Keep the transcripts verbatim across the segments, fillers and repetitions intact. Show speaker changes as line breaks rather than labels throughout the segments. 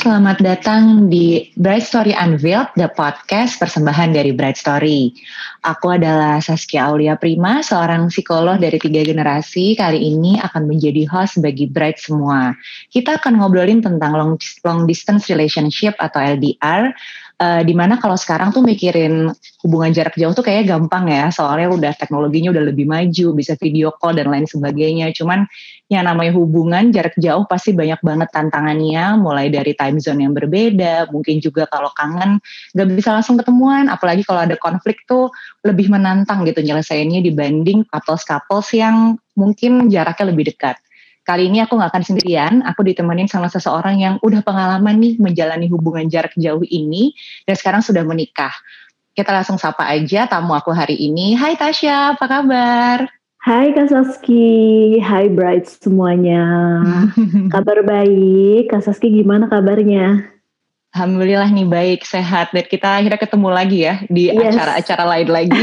selamat datang di Bright Story Unveiled, the podcast persembahan dari Bright Story. Aku adalah Saskia Aulia Prima, seorang psikolog dari tiga generasi. Kali ini akan menjadi host bagi Bright semua. Kita akan ngobrolin tentang long, long distance relationship atau L D R, uh, dimana kalau sekarang tuh mikirin hubungan jarak jauh tuh kayaknya gampang ya, soalnya udah teknologinya udah lebih maju, bisa video call dan lain sebagainya. Cuman yang namanya hubungan jarak jauh pasti banyak banget tantangannya, mulai dari time zone yang berbeda, mungkin juga kalau kangen gak bisa langsung ketemuan, apalagi kalau ada konflik tuh lebih menantang gitu nyelesainnya dibanding couples-couples yang mungkin jaraknya lebih dekat. Kali ini aku gak akan sendirian, aku ditemenin sama seseorang yang udah pengalaman nih menjalani hubungan jarak jauh ini, dan sekarang sudah menikah. Kita langsung sapa aja tamu aku hari ini. Hai Tasya, apa kabar?
Hai Kak Saski, hai Bright semuanya. Kabar baik, Kak Saski gimana kabarnya?
Alhamdulillah nih baik, sehat. Dan kita akhirnya ketemu lagi ya di yes. acara-acara lain lagi.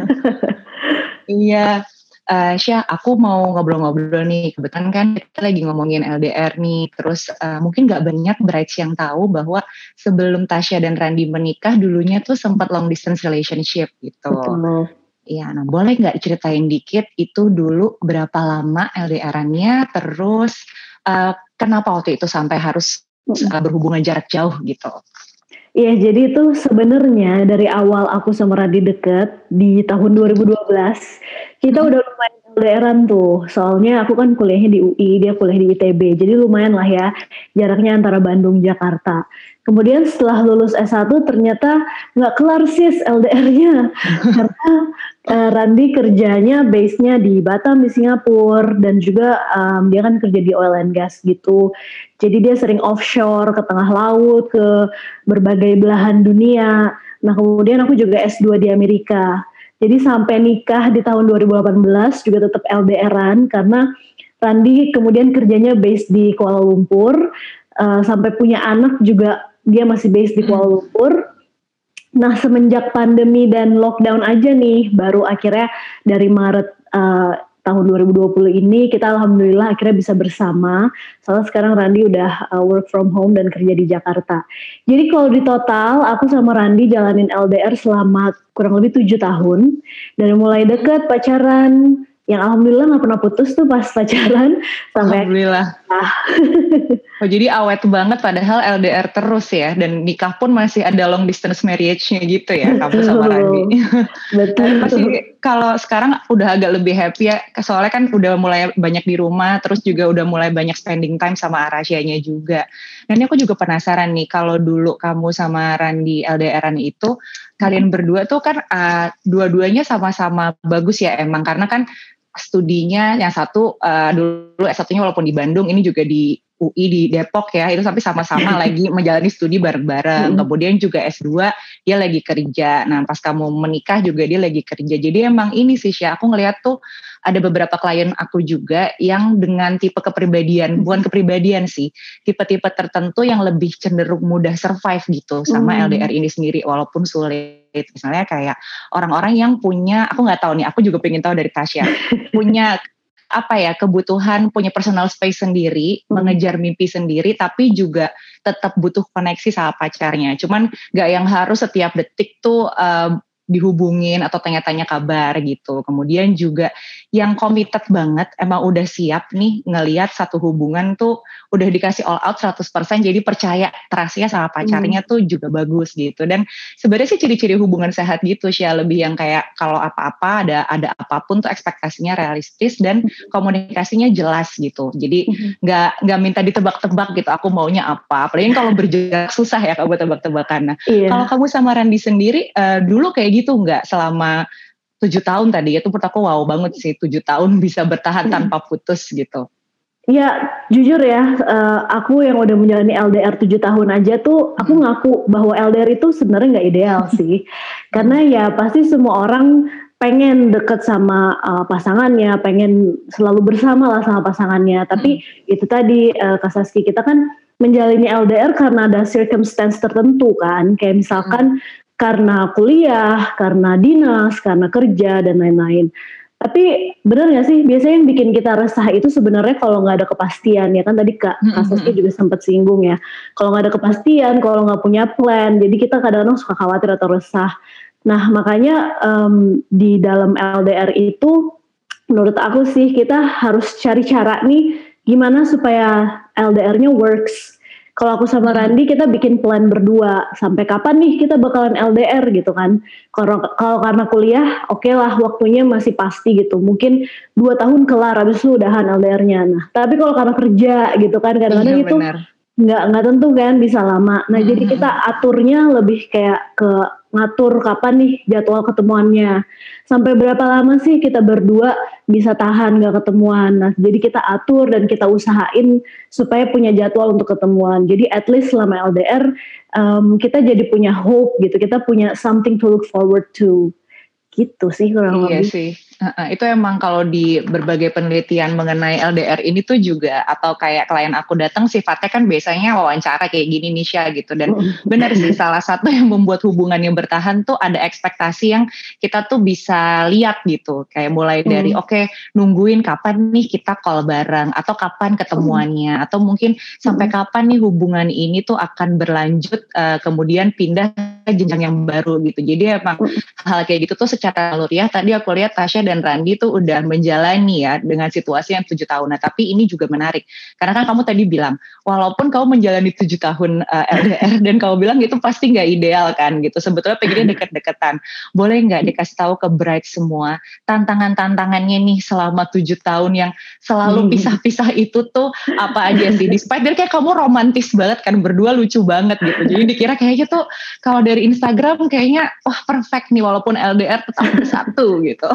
Iya, uh, Syah, aku mau ngobrol-ngobrol nih. Kebetulan kan kita lagi ngomongin L D R nih. Terus uh, mungkin gak banyak Bright yang tahu bahwa sebelum Tasya dan Randi menikah dulunya tuh sempat long distance relationship gitu.
Betul.
Iya, nah boleh nggak ceritain dikit itu dulu berapa lama L D R-annya, terus uh, kenapa waktu itu sampai harus uh, berhubungan jarak jauh gitu?
Iya, jadi itu sebenarnya dari awal aku sama Radi deket di tahun dua ribu dua belas, kita hmm. udah lumayan L D R-an tuh, soalnya aku kan kuliahnya di U I, dia kuliah di I T B, jadi lumayan lah ya jaraknya antara Bandung Jakarta. Kemudian setelah lulus S satu ternyata gak kelar sis L D R-nya karena uh, Randi kerjanya base-nya di Batam di Singapura dan juga um, dia kan kerja di oil and gas gitu. Jadi dia sering offshore ke tengah laut, ke berbagai belahan dunia. Nah kemudian aku juga S dua di Amerika. Jadi sampai nikah di tahun dua ribu delapan belas juga tetap L D R-an karena Randi kemudian kerjanya base di Kuala Lumpur. Uh, sampai punya anak juga dia masih base di Kuala Lumpur. Nah semenjak pandemi dan lockdown aja nih, baru akhirnya dari Maret uh, tahun dua ribu dua puluh ini kita alhamdulillah akhirnya bisa bersama. Soalnya sekarang Randi udah uh, work from home dan kerja di Jakarta. Jadi kalau di total aku sama Randi jalanin L D R selama kurang lebih tujuh tahun. Dari mulai deket pacaran, yang alhamdulillah gak pernah putus tuh pas pacaran sampai
alhamdulillah. Ah. Oh jadi awet banget padahal L D R terus ya, dan nikah pun masih ada long distance marriage-nya gitu ya kamu sama Randi.
Betul.
Pasti kalau sekarang udah agak lebih happy ya, soalnya kan udah mulai banyak di rumah, terus juga udah mulai banyak spending time sama Arasyanya juga. Dan aku juga penasaran nih, kalau dulu kamu sama Randi L D R-an itu, kalian berdua tuh kan uh, dua-duanya sama-sama bagus ya emang, karena kan studinya yang satu uh, dulu S satunya walaupun di Bandung, ini juga di U I di Depok ya, itu tapi sama-sama lagi menjalani studi bareng-bareng. Kemudian juga S dua dia lagi kerja. Nah pas kamu menikah juga dia lagi kerja. Jadi emang ini sih Syah, aku ngeliat tuh ada beberapa klien aku juga yang dengan tipe kepribadian, bukan kepribadian sih, tipe-tipe tertentu yang lebih cenderung mudah survive gitu sama hmm. L D R ini sendiri walaupun sulit. Misalnya kayak orang-orang yang punya, aku nggak tahu nih, aku juga pengen tahu dari Tasya, punya apa ya kebutuhan, punya personal space sendiri, hmm. mengejar mimpi sendiri, tapi juga tetap butuh koneksi sama pacarnya. Cuman nggak yang harus setiap detik tuh uh, dihubungin atau tanya-tanya kabar gitu. Kemudian juga yang committed banget, emang udah siap nih ngelihat satu hubungan tuh udah dikasih all out seratus persen, jadi percaya trust-nya sama pacarnya hmm. tuh juga bagus gitu. Dan sebenarnya sih ciri-ciri hubungan sehat gitu sih, lebih yang kayak kalau apa-apa ada ada apapun tuh ekspektasinya realistis dan komunikasinya jelas gitu. Jadi nggak hmm. nggak minta ditebak-tebak gitu, aku maunya apa. Apalagi kalau berjarak susah ya kalau tebak-tebakan. Nah, iya. Kalau kamu sama Randi sendiri uh, dulu kayak gitu nggak selama tujuh tahun tadi? Itu menurut aku wow banget sih, tujuh tahun bisa bertahan hmm. tanpa putus gitu.
Ya jujur ya, uh, aku yang udah menjalani L D R tujuh tahun aja tuh, aku ngaku bahwa L D R itu sebenarnya nggak ideal sih. Karena ya pasti semua orang pengen deket sama uh, pasangannya, pengen selalu bersama lah sama pasangannya. Tapi hmm. itu tadi uh, Kak Saski, kita kan menjalani L D R karena ada circumstance tertentu kan. Kayak misalkan hmm. karena kuliah, karena dinas, karena kerja, dan lain-lain. Tapi bener gak sih biasanya yang bikin kita resah itu sebenarnya kalau nggak ada kepastian ya kan tadi Kak kasusnya juga sempat singgung ya. Kalau nggak ada kepastian, kalau nggak punya plan, jadi kita kadang-kadang suka khawatir atau resah. Nah makanya um, di dalam L D R itu menurut aku sih kita harus cari cara nih gimana supaya L D R-nya works. Kalau aku sama Randi kita bikin plan berdua sampai kapan nih kita bakalan L D R gitu kan. Kalau kalau karena kuliah oke okay lah waktunya masih pasti gitu. Mungkin dua tahun kelar habis itu udahan L D R-nya. Nah, tapi kalau karena kerja gitu kan kadang-kadang
Iya,
itu
benar.
nggak nggak tentu kan bisa lama. Nah, jadi kita aturnya lebih kayak ke ngatur kapan nih jadwal ketemuannya. Sampai berapa lama sih kita berdua bisa tahan gak ketemuan. Nah, jadi kita atur dan kita usahain supaya punya jadwal untuk ketemuan. Jadi at least selama L D R um, kita jadi punya hope gitu. Kita punya something to look forward to. Gitu sih kurang
Iya
lebih.
sih. Uh, uh, itu emang kalau di berbagai penelitian mengenai L D R ini tuh juga atau kayak klien aku datang sifatnya kan biasanya wawancara kayak gini Nisha gitu dan benar sih salah satu yang membuat hubungan yang bertahan tuh ada ekspektasi yang kita tuh bisa lihat gitu kayak mulai dari
Hmm.
oke okay, nungguin kapan nih kita call bareng atau kapan ketemuannya atau mungkin sampai kapan nih hubungan ini tuh akan berlanjut uh, kemudian pindah ke jenjang yang baru gitu. Jadi emang hal kayak gitu tuh secara naluriah tadi aku lihat Tasya dan Randi tuh udah menjalani ya dengan situasi yang tujuh tahun. Nah, tapi ini juga menarik karena kan kamu tadi bilang walaupun kamu menjalani tujuh tahun uh, L D R dan kamu bilang itu pasti nggak ideal kan gitu. Sebetulnya pengennya deket-deketan. Boleh nggak dikasih tahu ke bride semua tantangan-tantangannya nih selama tujuh tahun yang selalu pisah-pisah itu tuh apa aja sih? Despite dari kayak kamu romantis banget kan berdua lucu banget gitu. Jadi dikira kayaknya tuh kalau dari Instagram kayaknya wah perfect nih walaupun L D R tetap bersatu gitu.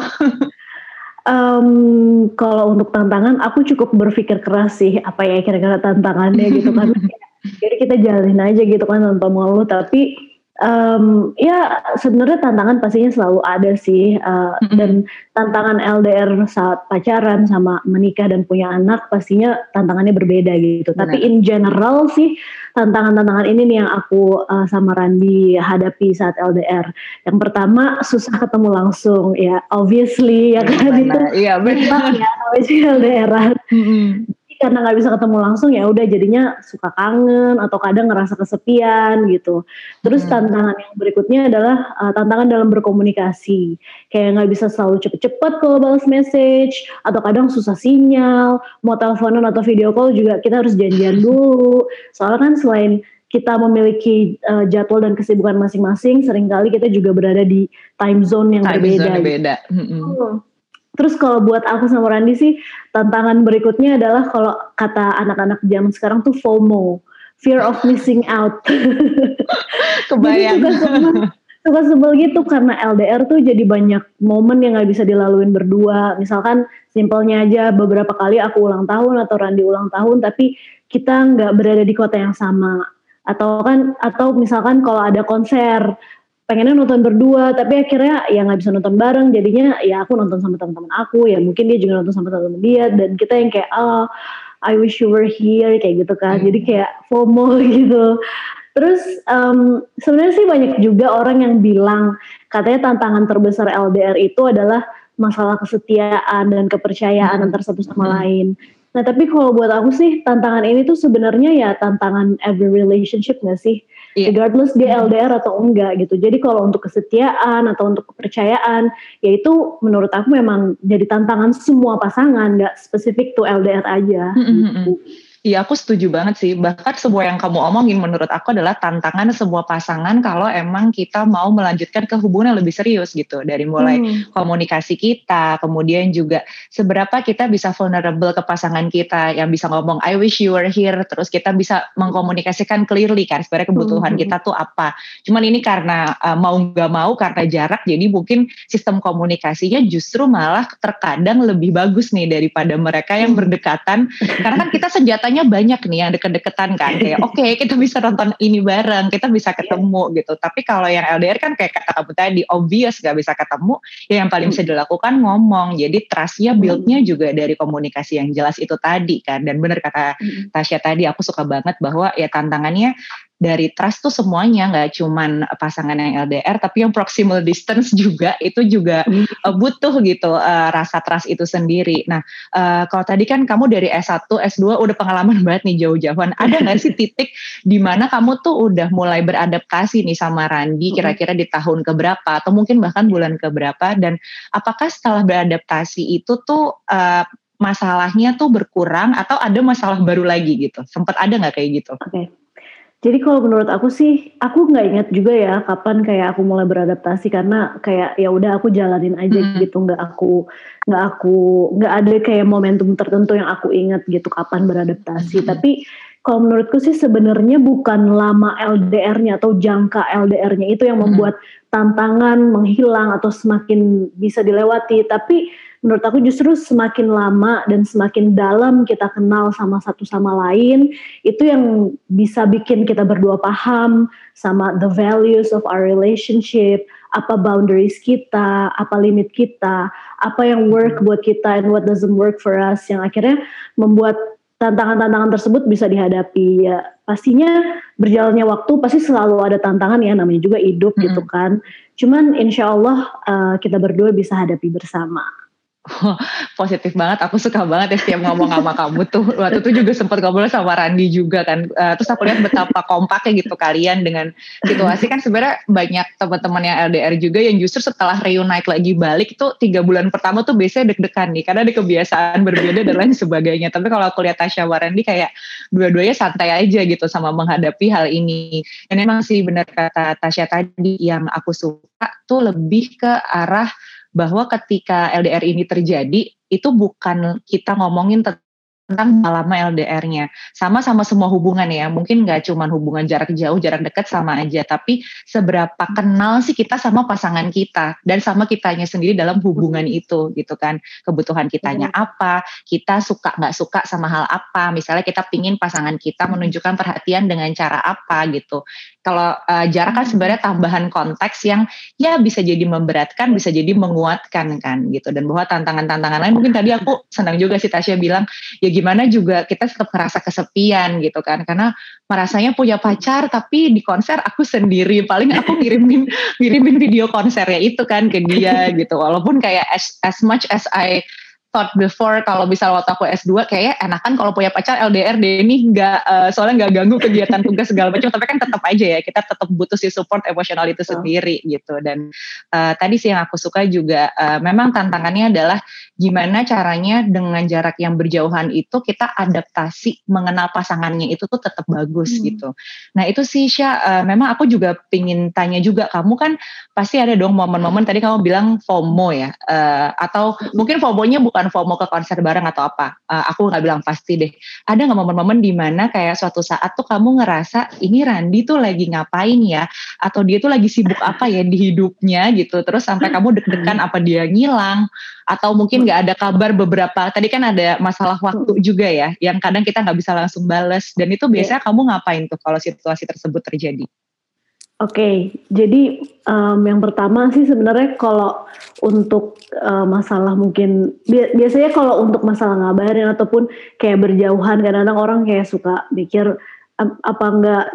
Um, kalau untuk tantangan, aku cukup berpikir keras sih apa ya kira-kira tantangannya gitu kan. Jadi kita jalanin aja gitu kan tanpa mengeluh. Tapi um, ya sebenarnya tantangan pastinya selalu ada sih. Uh, dan tantangan L D R saat pacaran sama menikah dan punya anak pastinya tantangannya berbeda gitu. Benar. Tapi in general sih tantangan-tantangan ini nih yang aku uh, sama Randi hadapi saat L D R. Yang pertama susah ketemu langsung ya, obviously ya kan itu.
Iya benar.
Ya L D R-an. Mm-hmm. Karena nggak bisa ketemu langsung ya udah jadinya suka kangen atau kadang ngerasa kesepian gitu. Terus hmm. tantangan yang berikutnya adalah uh, tantangan dalam berkomunikasi. Kayak nggak bisa selalu cepet-cepet kalau balas message atau kadang susah sinyal. Mau teleponan atau video call juga kita harus janjian dulu. Soalnya kan selain kita memiliki uh, jadwal dan kesibukan masing-masing, seringkali kita juga berada di time zone yang
time
berbeda.
Time zone beda.
Gitu. Hmm. Terus kalau buat aku sama Randi sih, tantangan berikutnya adalah kalau kata anak-anak zaman sekarang tuh FOMO, fear of missing out.
Kebayang.
Jadi suka, suka sebel gitu karena L D R tuh jadi banyak momen yang gak bisa dilaluin berdua. Misalkan simpelnya aja beberapa kali aku ulang tahun atau Randi ulang tahun, tapi kita gak berada di kota yang sama. Atau kan, atau misalkan kalau ada konser, pengennya nonton berdua tapi akhirnya ya nggak bisa nonton bareng jadinya ya aku nonton sama teman-teman aku ya mungkin dia juga nonton sama teman-teman dia dan kita yang kayak oh I wish you were here kayak gitu kan hmm. jadi kayak FOMO gitu. Terus um, sebenarnya sih banyak juga orang yang bilang katanya tantangan terbesar L D R itu adalah masalah kesetiaan dan kepercayaan hmm. antar satu sama hmm. lain. Nah tapi kalau buat aku sih tantangan ini tuh sebenarnya ya tantangan every relationship nggak sih? Yeah. Regardless dia L D R atau enggak gitu. Jadi kalau untuk kesetiaan atau untuk kepercayaan, ya itu menurut aku memang jadi tantangan semua pasangan, nggak spesifik tuh L D R aja. Mm-hmm. Gitu.
Iya aku setuju banget sih, bahkan semua yang kamu omongin menurut aku adalah tantangan semua pasangan kalau emang kita mau melanjutkan ke hubungan yang lebih serius gitu. Dari mulai hmm. komunikasi kita, kemudian juga seberapa kita bisa vulnerable ke pasangan kita, yang bisa ngomong I wish you were here, terus kita bisa mengkomunikasikan clearly kan sebenarnya kebutuhan hmm. kita tuh apa. Cuman ini karena uh, mau gak mau, karena jarak, jadi mungkin sistem komunikasinya justru malah terkadang lebih bagus nih daripada mereka yang berdekatan, karena kan kita senjatanya banyak nih yang deket-deketan kan kayak oke okay, kita bisa nonton ini bareng, kita bisa ketemu gitu. Tapi kalau yang L D R kan kayak kata kamu tadi obvious gak bisa ketemu, ya yang paling bisa dilakukan ngomong. Jadi trustnya build-nya juga dari komunikasi yang jelas itu tadi kan. Dan benar kata Tasya tadi, aku suka banget bahwa ya tantangannya dari trust tuh semuanya, nggak cuman pasangan yang L D R, tapi yang proximal distance juga itu juga uh, butuh gitu uh, rasa trust itu sendiri. Nah, uh, kalau tadi kan kamu dari S satu, S dua udah pengalaman banget nih jauh-jauhan. Ada nggak sih titik di mana kamu tuh udah mulai beradaptasi nih sama Randi kira-kira di tahun keberapa atau mungkin bahkan bulan keberapa, dan apakah setelah beradaptasi itu tuh uh, masalahnya tuh berkurang atau ada masalah baru lagi gitu? Sempat ada nggak kayak gitu?
Oke. Okay. Jadi kalau menurut aku sih, aku nggak ingat juga ya kapan kayak aku mulai beradaptasi, karena kayak ya udah aku jalanin aja hmm. gitu, nggak aku nggak aku nggak ada kayak momentum tertentu yang aku ingat gitu kapan beradaptasi. Hmm. Tapi kalau menurutku sih sebenarnya bukan lama L D R-nya atau jangka L D R-nya itu yang membuat tantangan menghilang atau semakin bisa dilewati, tapi menurut aku justru semakin lama dan semakin dalam kita kenal sama satu sama lain, itu yang bisa bikin kita berdua paham sama the values of our relationship, apa boundaries kita, apa limit kita, apa yang work buat kita and what doesn't work for us, yang akhirnya membuat tantangan-tantangan tersebut bisa dihadapi. Ya pastinya berjalannya waktu pasti selalu ada tantangan ya, namanya juga hidup mm-hmm. gitu kan. Cuman insya Allah uh, kita berdua bisa hadapi bersama.
Oh, positif banget, aku suka banget ya setiap ngomong sama kamu tuh. Waktu itu juga sempat ngobrol sama Randi juga kan, uh, terus aku lihat betapa kompaknya gitu kalian dengan situasi. Kan sebenarnya banyak teman-teman yang L D R juga yang justru setelah reunite lagi balik itu tiga bulan pertama tuh biasanya deg-degan nih, karena ada kebiasaan berbeda dan lain sebagainya. Tapi kalau aku lihat Tasya sama Randi kayak dua-duanya santai aja gitu sama menghadapi hal ini. Dan emang sih benar kata Tasya tadi, yang aku suka tuh lebih ke arah bahwa ketika L D R ini terjadi, itu bukan kita ngomongin tentang lama L D R-nya. Sama-sama semua hubungan ya, mungkin gak cuma hubungan jarak jauh, jarak dekat sama aja, tapi seberapa kenal sih kita sama pasangan kita, dan sama kitanya sendiri dalam hubungan itu gitu kan. Kebutuhan kitanya apa, kita suka gak suka sama hal apa, misalnya kita pingin pasangan kita menunjukkan perhatian dengan cara apa gitu. Kalau uh, jarak kan sebenarnya tambahan konteks yang ya bisa jadi memberatkan, bisa jadi menguatkan kan gitu. Dan bahwa tantangan-tantangan lain, mungkin tadi aku senang juga sih Tasya bilang, ya gimana juga kita tetap ngerasa kesepian gitu kan. Karena merasanya punya pacar tapi di konser aku sendiri. Paling aku ngirimin ngirimin video konsernya itu kan ke dia gitu. Walaupun kayak as, as much as I thought before, kalau misal waktu aku S dua kayaknya enakan kalau punya pacar L D R deh, ini nggak uh, soalnya nggak ganggu kegiatan tugas segala macam, tapi kan tetap aja ya kita tetap butuh si support emosional itu sendiri gitu. Dan uh, tadi sih yang aku suka juga uh, memang tantangannya adalah gimana caranya dengan jarak yang berjauhan itu kita adaptasi mengenal pasangannya itu tuh tetap bagus hmm. gitu. Nah itu sih Syah, uh, memang aku juga pingin tanya juga, kamu kan pasti ada dong momen-momen tadi kamu bilang FOMO ya, uh, atau mungkin FOMO-nya bukan FOMO ke konser bareng atau apa, uh, aku nggak bilang pasti deh. Ada nggak momen-momen di mana kayak suatu saat tuh kamu ngerasa ini Randi tuh lagi ngapain ya, atau dia tuh lagi sibuk apa ya di hidupnya gitu, terus sampai kamu deg-degan apa dia ngilang, atau mungkin nggak ada kabar beberapa, tadi kan ada masalah waktu juga ya, yang kadang kita nggak bisa langsung bales, dan itu biasanya yeah. kamu ngapain tuh kalau situasi tersebut terjadi?
Oke, okay, jadi um, yang pertama sih sebenarnya kalau untuk uh, masalah mungkin bi- biasanya kalau untuk masalah ngabarin ataupun kayak berjauhan, kadang-kadang orang kayak suka mikir um, apa enggak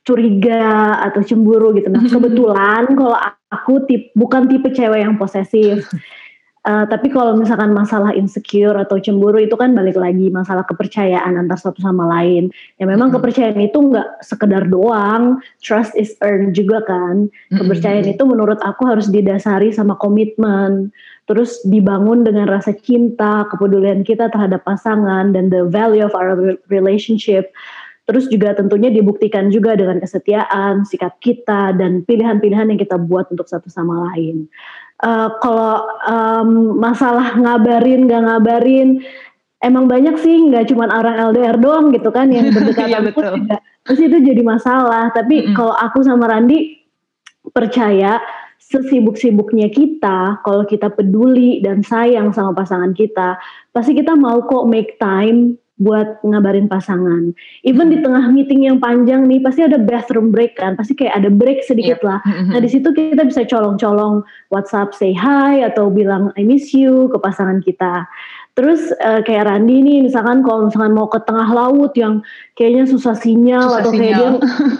curiga atau cemburu gitu. Nah kebetulan kalau aku tip, bukan tipe cewek yang posesif. Uh, tapi kalau misalkan masalah insecure atau cemburu itu kan balik lagi masalah kepercayaan antar satu sama lain. Ya memang mm-hmm. kepercayaan itu nggak sekedar doang, trust is earned juga kan. Kepercayaan mm-hmm. itu menurut aku harus didasari sama komitmen, terus dibangun dengan rasa cinta, kepedulian kita terhadap pasangan, dan the value of our relationship. Terus juga tentunya dibuktikan juga dengan kesetiaan, sikap kita, dan pilihan-pilihan yang kita buat untuk satu sama lain. Uh, kalau um, masalah ngabarin gak ngabarin, emang banyak sih, nggak cuma orang L D R doang gitu kan yang berdekatan pun juga, terus itu jadi masalah. Tapi mm-hmm. kalau aku sama Randi percaya sesibuk-sibuknya kita, kalau kita peduli dan sayang sama pasangan kita, pasti kita mau kok make time buat ngabarin pasangan. Even di tengah meeting yang panjang nih, pasti ada bathroom break kan, pasti kayak ada break sedikit yep. lah. Nah di situ kita bisa colong-colong WhatsApp say hi atau bilang I miss you ke pasangan kita. Terus uh, kayak Randi nih, misalkan kalau misalkan mau ke tengah laut yang kayaknya susah sinyal susah atau sinyal. kayak dia, dia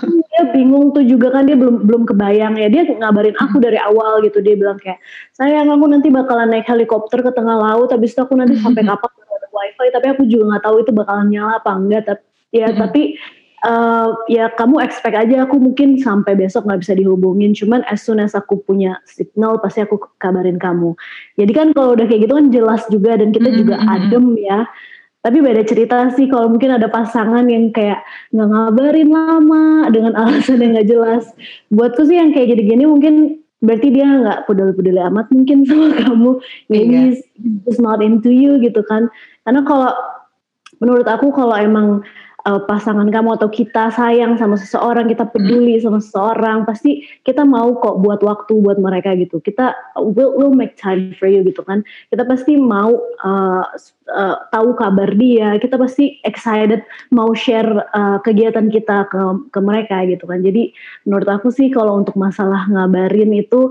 dia bingung tuh juga kan, dia belum belum kebayang ya, dia ngabarin aku dari awal gitu, dia bilang kayak, "Sayang aku nanti bakalan naik helikopter ke tengah laut, habis itu aku nanti sampai kapan nggak ada wifi," tapi aku juga nggak tahu itu bakalan nyala apa enggak, tap ya tapi, eee, ya kamu expect aja aku mungkin sampai besok nggak bisa dihubungin, cuman as soon as aku punya signal pasti aku kabarin kamu. Jadi kan kalau udah kayak gitu kan jelas juga dan kita juga adem ya. Tapi beda cerita sih kalau mungkin ada pasangan yang kayak nggak ngabarin lama dengan alasan yang nggak jelas. Buatku sih yang kayak gini-gini mungkin berarti dia nggak peduli-peduli amat mungkin sama kamu. Maybe
Iya.
he's just not into you gitu kan. Karena kalau menurut aku kalau emang uh, pasangan kamu atau kita sayang sama seseorang, kita peduli sama seseorang, pasti kita mau kok buat waktu buat mereka gitu. Kita will will make time for you gitu kan. Kita pasti mau uh, uh, tahu kabar dia. Kita pasti excited mau share uh, kegiatan kita ke ke mereka gitu kan. Jadi menurut aku sih kalau untuk masalah ngabarin itu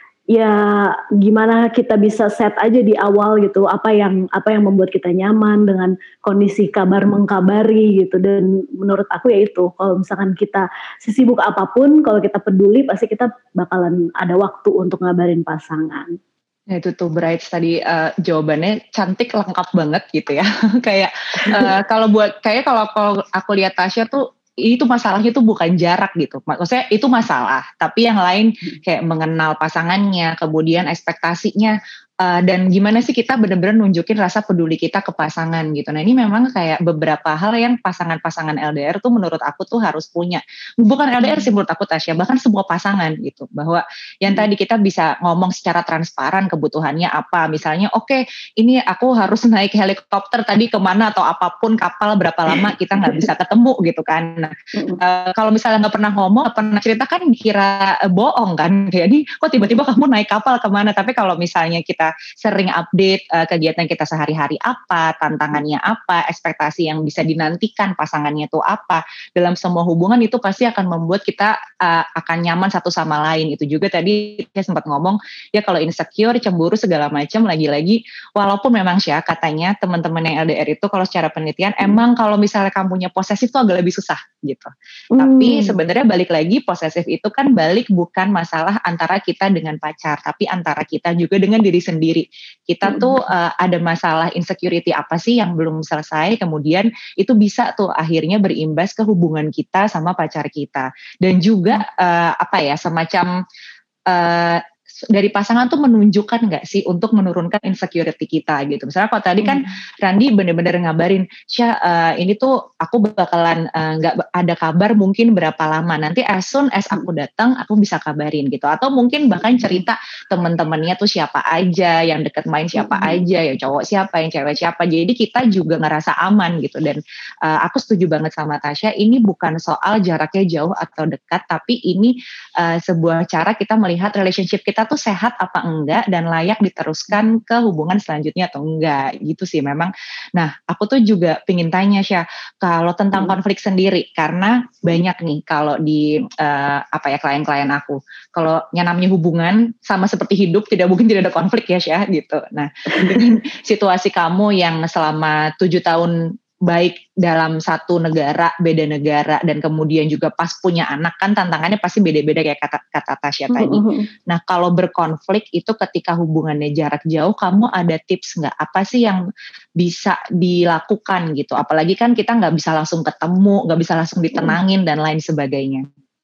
ya gimana kita bisa set aja di awal gitu apa yang apa yang membuat kita nyaman dengan kondisi kabar mengkabari gitu, dan menurut aku ya itu kalau misalkan kita sesibuk apapun kalau kita peduli pasti kita bakalan ada waktu untuk ngabarin pasangan.
Nah itu tuh Bright tadi uh, jawabannya cantik lengkap banget gitu ya. Kayak uh, kalau buat kayak kalau kalau aku lihat Tasya tuh itu masalahnya tuh bukan jarak gitu. Maksudnya itu masalah, tapi yang lain kayak mengenal pasangannya, kemudian ekspektasinya uh, dan gimana sih kita benar-benar nunjukin rasa peduli kita ke pasangan gitu. Nah ini memang kayak beberapa hal yang pasangan-pasangan L D R tuh menurut aku tuh harus punya. Bukan L D R sih menurut aku Tasya, bahkan semua pasangan gitu. Bahwa yang tadi kita bisa ngomong secara transparan kebutuhannya apa. Misalnya oke okay, ini aku harus naik helikopter tadi kemana atau apapun kapal berapa lama kita nggak bisa ketemu gitu kan. Nah, uh, kalau misalnya nggak pernah ngomong, nggak pernah cerita kan dikira uh, bohong kan. Jadi kok tiba-tiba kamu naik kapal kemana? Tapi kalau misalnya kita sering update uh, kegiatan kita sehari-hari apa, tantangannya apa, ekspektasi yang bisa dinantikan pasangannya itu apa, dalam semua hubungan itu pasti akan membuat kita uh, akan nyaman satu sama lain. Itu juga tadi saya sempat ngomong ya kalau insecure, cemburu segala macam, lagi-lagi walaupun memang sih ya katanya teman-teman yang L D R itu kalau secara penelitian emang kalau misalnya kamunya posesif tuh agak lebih susah gitu. Hmm. Tapi sebenarnya balik lagi posesif itu kan balik bukan masalah antara kita dengan pacar, tapi antara kita juga dengan diri sendiri. Kita hmm. tuh uh, ada masalah insecurity apa sih yang belum selesai, kemudian itu bisa tuh akhirnya berimbas ke hubungan kita sama pacar kita. Dan juga uh, apa ya semacam uh, dari pasangan tuh menunjukkan nggak sih untuk menurunkan insecurity kita gitu. Misalnya kalau tadi kan hmm. Randi bener-bener ngabarin, Syah uh, ini tuh aku bakalan nggak uh, ada kabar mungkin berapa lama. Nanti as soon as aku datang aku bisa kabarin gitu. Atau mungkin bahkan cerita teman-temannya tuh siapa aja, yang deket main siapa hmm. aja, yang cowok siapa, yang cewek siapa. Jadi kita juga ngerasa aman gitu. Dan uh, aku setuju banget sama Tasya. Ini bukan soal jaraknya jauh atau dekat, tapi ini uh, sebuah cara kita melihat relationship kita tuh sehat apa enggak dan layak diteruskan ke hubungan selanjutnya atau enggak gitu sih memang. Nah aku tuh juga pengen tanya Syah kalau tentang hmm. konflik sendiri, karena banyak nih kalau di uh, apa ya klien-klien aku kalau yang namanya hubungan sama seperti hidup tidak mungkin tidak ada konflik ya Syah gitu. Nah dengan situasi kamu yang selama tujuh tahun baik dalam satu negara, beda negara, dan kemudian juga pas punya anak kan tantangannya pasti beda-beda kayak kata kata Tasya tadi. Mm-hmm. Nah kalau berkonflik itu ketika hubungannya jarak jauh, kamu ada tips nggak? Apa sih yang bisa dilakukan gitu? Apalagi kan kita nggak bisa langsung ketemu, nggak bisa langsung ditenangin dan lain sebagainya.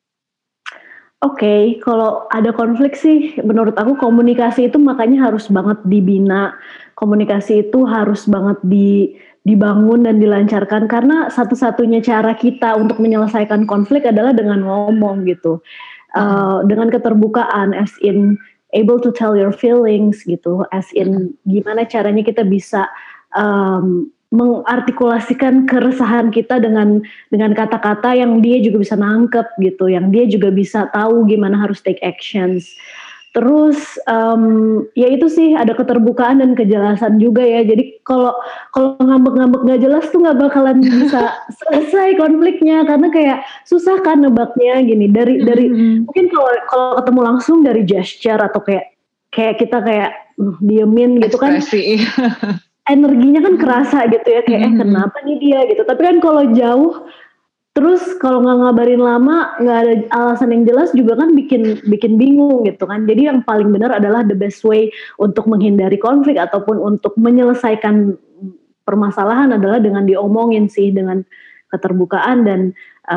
Oke, okay, kalau ada konflik sih menurut aku komunikasi itu makanya harus banget dibina. Komunikasi itu harus banget di dibangun dan dilancarkan karena satu-satunya cara kita untuk menyelesaikan konflik adalah dengan ngomong gitu. Uh, dengan keterbukaan as in able to tell your feelings gitu, as in gimana caranya kita bisa um, mengartikulasikan keresahan kita dengan dengan kata-kata yang dia juga bisa nangkep gitu, yang dia juga bisa tahu gimana harus take actions. Terus um, ya itu sih ada keterbukaan dan kejelasan juga ya. Jadi kalau kalau ngambek-ngambek nggak jelas tuh nggak bakalan bisa selesai konfliknya karena kayak susah kan nebaknya gini dari mm-hmm. dari mungkin kalau kalau ketemu langsung dari gesture atau kayak kayak kita kayak uh, diemin gitu kan. Energinya kan kerasa gitu ya kayak mm-hmm. eh kenapa nih dia gitu. Tapi kan kalau jauh Terus kalau nggak ngabarin lama, nggak ada alasan yang jelas juga kan bikin bikin bingung gitu kan. Jadi yang paling benar adalah the best way untuk menghindari konflik ataupun untuk menyelesaikan permasalahan adalah dengan diomongin sih, dengan keterbukaan dan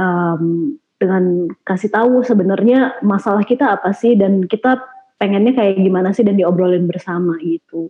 um, dengan kasih tahu sebenarnya masalah kita apa sih dan kita pengennya kayak gimana sih dan diobrolin bersama gitu.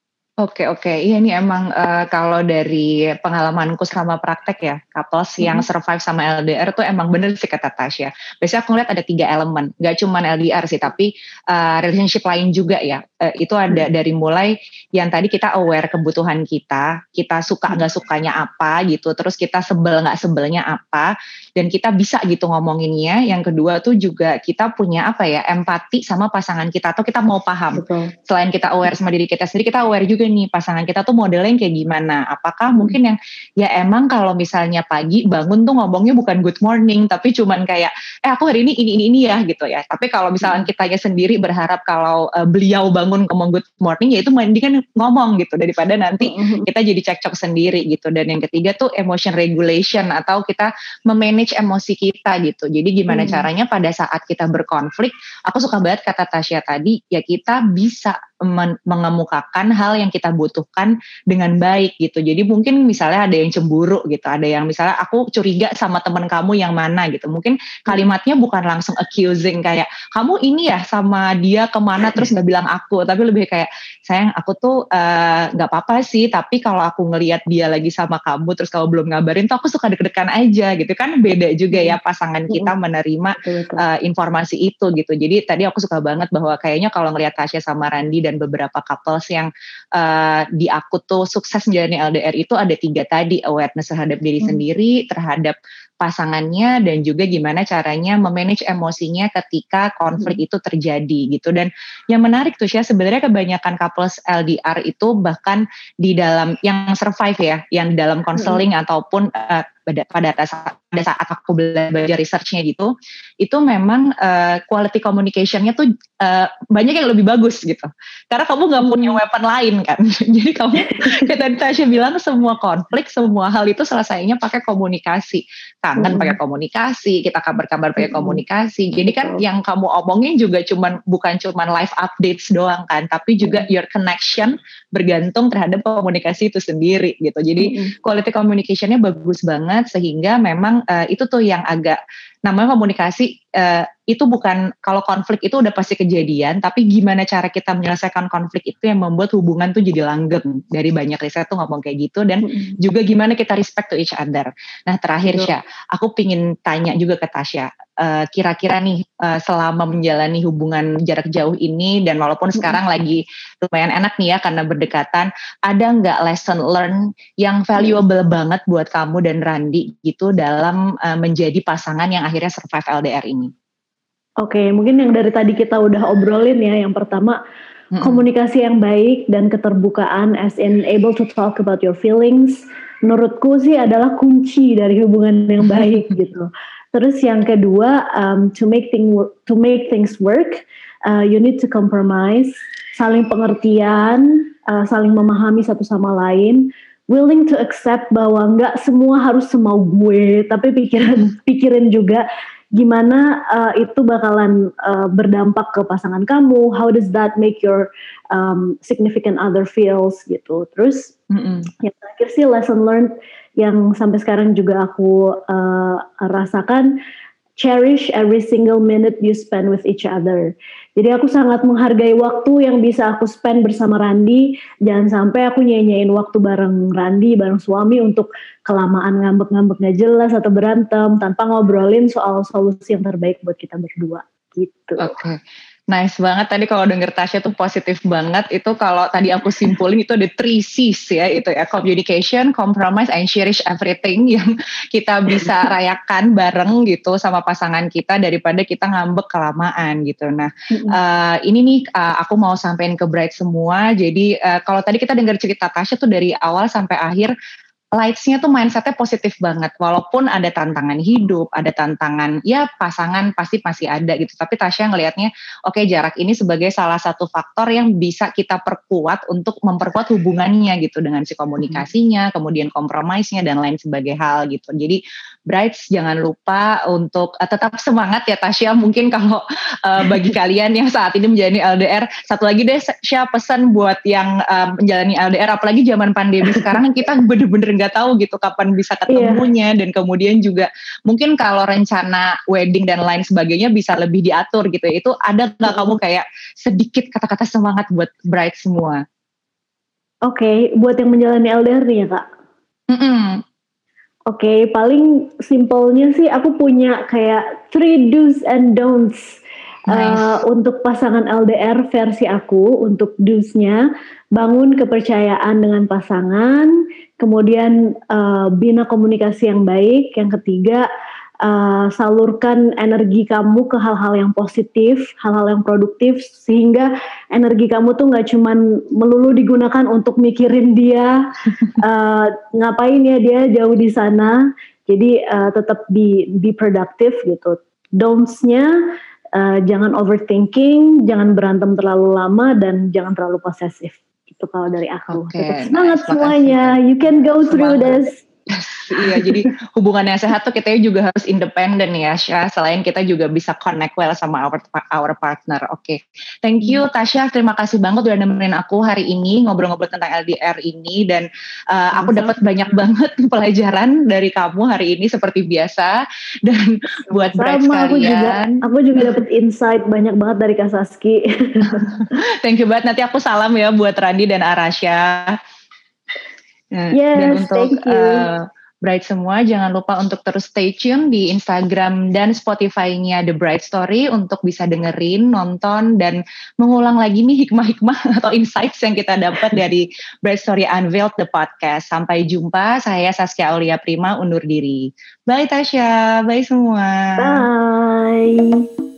Oke oke, iya ini emang uh, kalau dari pengalamanku selama praktek ya, couples mm-hmm. yang survive sama L D R tuh emang bener sih kata Tasya. Biasanya aku ngeliat ada tiga elemen, gak cuma L D R sih, tapi uh, relationship lain juga ya. Uh, itu ada mm-hmm. dari mulai yang tadi kita aware kebutuhan kita, kita suka gak sukanya apa gitu, terus kita sebel gak sebelnya apa, dan kita bisa gitu ngomonginnya. Yang kedua tuh juga kita punya apa ya, empati sama pasangan kita, atau kita mau paham. Betul. Selain kita aware sama diri kita sendiri, kita aware juga nih pasangan kita tuh modelnya yang kayak gimana. Apakah hmm. mungkin yang ya emang kalau misalnya pagi bangun tuh ngomongnya bukan good morning, tapi cuman kayak eh aku hari ini ini ini ini ya gitu ya. Tapi kalau misalnya kitanya sendiri berharap kalau uh, beliau bangun ngomong good morning, ya itu mendingan ngomong gitu daripada nanti hmm. kita jadi cekcok sendiri gitu. Dan yang ketiga tuh emotion regulation, atau kita memanage emosi kita gitu. Jadi gimana hmm. caranya pada saat kita berkonflik, aku suka banget kata Tasya tadi, ya kita bisa men- mengemukakan hal yang kita butuhkan dengan baik gitu. Jadi mungkin misalnya ada yang cemburu gitu, ada yang misalnya aku curiga sama teman kamu yang mana gitu. Mungkin kalimatnya bukan langsung accusing kayak kamu ini ya sama dia kemana terus nggak bilang aku, tapi lebih kayak sayang aku tuh nggak uh, apa-apa sih, tapi kalau aku ngelihat dia lagi sama kamu terus kamu belum ngabarin tuh aku suka deg-degan aja gitu kan. Beda juga ya pasangan kita menerima uh, informasi itu gitu. Jadi tadi aku suka banget bahwa kayaknya kalau ngelihat Tasya sama Randi dan beberapa couples yang Uh, di aku tuh sukses menjalani L D R itu ada tiga tadi, awareness terhadap diri hmm. sendiri, terhadap pasangannya, dan juga gimana caranya memanage emosinya ketika konflik hmm. itu terjadi gitu. Dan yang menarik tuh ya sebenarnya kebanyakan couples L D R itu bahkan di dalam yang survive ya, yang di dalam counseling hmm. ataupun uh, pada pada saat, pada saat aku belajar researchnya gitu, itu memang uh, quality communication-nya tuh uh, banyak yang lebih bagus gitu. Karena kamu nggak punya weapon lain kan. Jadi kamu kayak tadi Tasya bilang, semua konflik, semua hal itu selesainya pakai komunikasi. Kangen pakai komunikasi, kita kabar-kabar pakai komunikasi. Jadi kan yang kamu omongin juga cuman bukan cuman live updates doang kan, tapi juga your connection bergantung terhadap komunikasi itu sendiri gitu. Jadi quality communication-nya bagus banget. Sehingga memang uh, itu tuh yang agak namanya komunikasi uh, itu bukan kalau konflik itu udah pasti kejadian, tapi gimana cara kita menyelesaikan konflik itu yang membuat hubungan tuh jadi langgeng. Dari banyak riset tuh ngomong kayak gitu, dan mm-hmm. juga gimana kita respect to each other. Nah terakhir Syah, aku pingin tanya juga ke Tasya, uh, kira-kira nih uh, selama menjalani hubungan jarak jauh ini, dan walaupun mm-hmm. sekarang lagi lumayan enak nih ya karena berdekatan, ada nggak lesson learn yang valuable mm-hmm. banget buat kamu dan Randi gitu dalam uh, menjadi pasangan yang akhirnya survive L D R ini?
Oke, okay, mungkin yang dari tadi kita udah obrolin ya. Yang pertama, mm-hmm. komunikasi yang baik dan keterbukaan, as in able to talk about your feelings. Menurutku sih adalah kunci dari hubungan yang baik gitu. Terus yang kedua, um, to make thing to make things work, uh, you need to compromise, saling pengertian, uh, saling memahami satu sama lain. Willing to accept bahwa nggak semua harus semau gue, tapi pikiran pikirin juga gimana uh, itu bakalan uh, berdampak ke pasangan kamu. How does that make your um, significant other feels gitu. Terus mm-hmm. yang terakhir sih lesson learned yang sampai sekarang juga aku uh, rasakan, cherish every single minute you spend with each other. Jadi aku sangat menghargai waktu yang bisa aku spend bersama Randi. Jangan sampai aku nyanyain waktu bareng Randi, bareng suami untuk kelamaan ngambek-ngambek gak jelas atau berantem tanpa ngobrolin soal solusi yang terbaik buat kita berdua gitu.
Oke. Okay. Nice banget tadi kalau denger Tasya tuh positif banget. Itu kalau tadi aku simpulin itu ada three C's ya, itu ya, communication, compromise, and cherish everything yang kita bisa rayakan bareng gitu sama pasangan kita daripada kita ngambek kelamaan gitu. Nah uh, ini nih uh, aku mau sampein ke Bright semua. Jadi uh, kalau tadi kita dengar cerita Tasya tuh dari awal sampai akhir, Lights-nya tuh mindset-nya positif banget. Walaupun ada tantangan hidup, ada tantangan, ya pasangan pasti masih ada gitu. Tapi Tasya ngelihatnya, oke okay, jarak ini sebagai salah satu faktor yang bisa kita perkuat untuk memperkuat hubungannya gitu. Dengan si komunikasinya, kemudian compromise-nya, dan lain sebagai hal gitu. Jadi Brides jangan lupa untuk uh, tetap semangat ya Tasya. Mungkin kalau uh, bagi kalian yang saat ini menjalani L D R, satu lagi deh Tasya pesan buat yang uh, menjalani L D R, apalagi zaman pandemi sekarang kita bener-bener nggak tahu gitu kapan bisa ketemunya, yeah. Dan kemudian juga mungkin kalau rencana wedding dan lain sebagainya bisa lebih diatur gitu ya. Itu ada nggak kamu kayak sedikit kata-kata semangat buat bride semua?
Oke, okay, buat yang menjalani L D R nih ya Kak.
Mm-mm.
Oke, okay, paling simpelnya sih aku punya kayak three do's and don'ts. Nice. Uh, untuk pasangan L D R versi aku, untuk do's-nya, bangun kepercayaan dengan pasangan, kemudian uh, bina komunikasi yang baik, yang ketiga, uh, salurkan energi kamu ke hal-hal yang positif, hal-hal yang produktif, sehingga energi kamu tuh gak cuman melulu digunakan untuk mikirin dia, uh, ngapain ya dia jauh di sana, jadi uh, tetap be, be productive gitu. Don'ts-nya, Uh, jangan overthinking, jangan berantem terlalu lama, dan jangan terlalu posesif. Itu kalau dari aku.
Okay,
Tetap semangat
nice,
semuanya.
makasih.
You can go through
Semangat.
this.
Iya, jadi hubungan yang sehat tuh kita juga harus independen ya, Syah. Selain kita juga bisa connect well sama our, our partner. Oke, okay. Thank you Tasya. Terima kasih banget udah nemenin aku hari ini ngobrol-ngobrol tentang L D R ini, dan uh, aku dapat banyak banget pelajaran dari kamu hari ini seperti biasa. Dan buat bride sekalian,
aku juga, aku juga dapat insight banyak banget dari Kak Saski.
Thank you banget. Nanti aku salam ya buat Randi dan Arasya. Nah,
yes,
dan untuk
thank you.
Uh, Bride semua, jangan lupa untuk terus stay tune di Instagram dan Spotify-nya The Bride Story untuk bisa dengerin, nonton, dan mengulang lagi nih hikmah-hikmah atau insights yang kita dapat dari Bride Story Unveiled the podcast. Sampai jumpa, saya Saskia Aulia Prima undur diri. Bye Tasya, bye semua.
Bye.